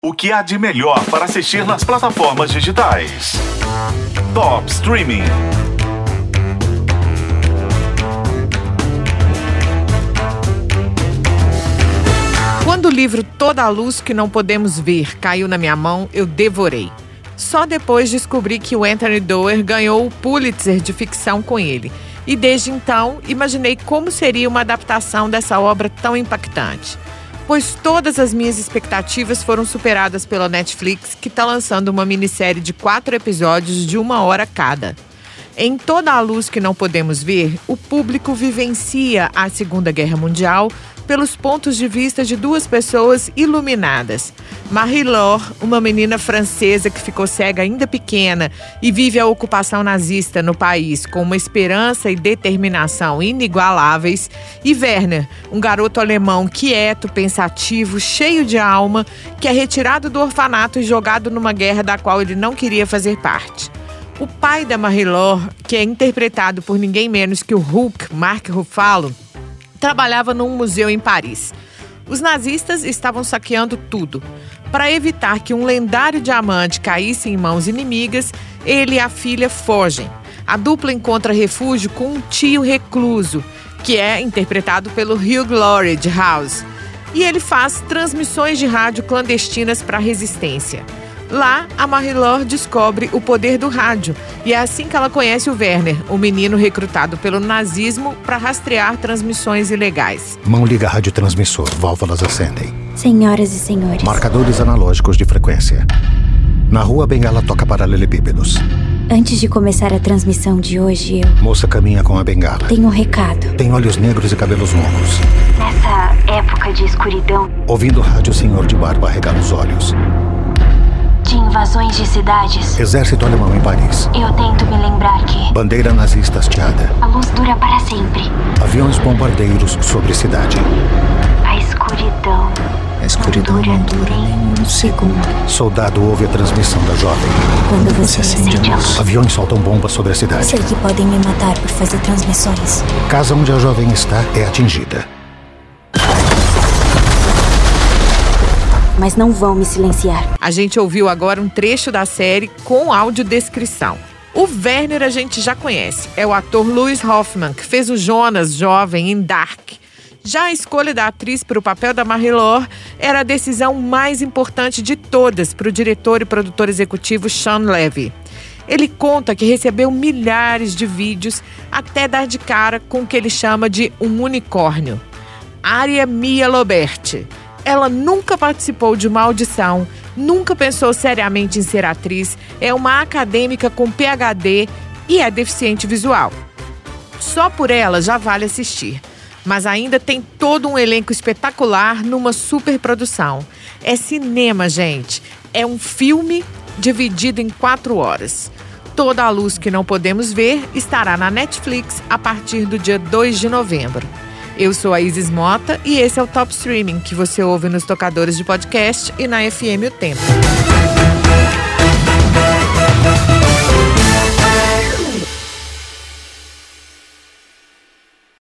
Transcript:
O que há de melhor para assistir nas plataformas digitais? Top Streaming. Quando o livro Toda a Luz que Não Podemos Ver caiu na minha mão, eu devorei. Só depois descobri que o Anthony Doerr ganhou o Pulitzer de ficção com ele. E desde então, imaginei como seria uma adaptação dessa obra tão impactante. Pois todas as minhas expectativas foram superadas pela Netflix, que está lançando uma minissérie de 4 episódios de 1 hora cada. Em Toda a Luz que Não Podemos Ver, o público vivencia a Segunda Guerra Mundial pelos pontos de vista de 2 pessoas iluminadas. Marie-Laure, uma menina francesa que ficou cega ainda pequena e vive a ocupação nazista no país com uma esperança e determinação inigualáveis, e Werner, um garoto alemão quieto, pensativo, cheio de alma, que é retirado do orfanato e jogado numa guerra da qual ele não queria fazer parte. O pai da Marie-Laure, que é interpretado por ninguém menos que o Hulk, Mark Ruffalo, trabalhava num museu em Paris. Os nazistas estavam saqueando tudo. Para evitar que um lendário diamante caísse em mãos inimigas, ele e a filha fogem. A dupla encontra refúgio com um tio recluso, que é interpretado pelo Hugh Laurie de House. E ele faz transmissões de rádio clandestinas para a resistência. Lá, a Marie-Laure descobre o poder do rádio e é assim que ela conhece o Werner, o menino recrutado pelo nazismo para rastrear transmissões ilegais. Mão liga radiotransmissor, válvulas acendem. Senhoras e senhores. Marcadores analógicos de frequência. Na rua, a bengala toca paralelepípedos. Antes de começar a transmissão de hoje, Moça caminha com a bengala. Tenho um recado. Tem olhos negros e cabelos longos. Nessa época de escuridão, Ouvindo rádio, o senhor de barba arregala os olhos. de invasões de cidades, Exército alemão em Paris. eu tento me lembrar que Bandeira nazista hasteada. a luz dura para sempre. Aviões bombardeiros sobre cidade. A escuridão não dura nem um segundo. Soldado ouve a transmissão da jovem. Quando você acende a luz, Aviões soltam bombas sobre a cidade. sei que podem me matar por fazer transmissões. Casa onde a jovem está é atingida. Mas não vão me silenciar. A gente ouviu agora um trecho da série com audiodescrição. O Werner a gente já conhece. É o ator Louis Hoffman, que fez o Jonas jovem em Dark. Já a escolha da atriz para o papel da Marie-Laure era a decisão mais importante de todas para o diretor e produtor executivo Sean Levy. Ele conta que recebeu milhares de vídeos até dar de cara com o que ele chama de um unicórnio. Aria Mia Loberti. Ela nunca participou de uma audição, nunca pensou seriamente em ser atriz, é uma acadêmica com PhD e é deficiente visual. Só por ela já vale assistir. Mas ainda tem todo um elenco espetacular numa superprodução. É cinema, gente. É um filme dividido em 4 horas. Toda a Luz que Não Podemos Ver estará na Netflix a partir do dia 2 de novembro. Eu sou a Isis Mota e esse é o Top Streaming, que você ouve nos tocadores de podcast e na FM O Tempo.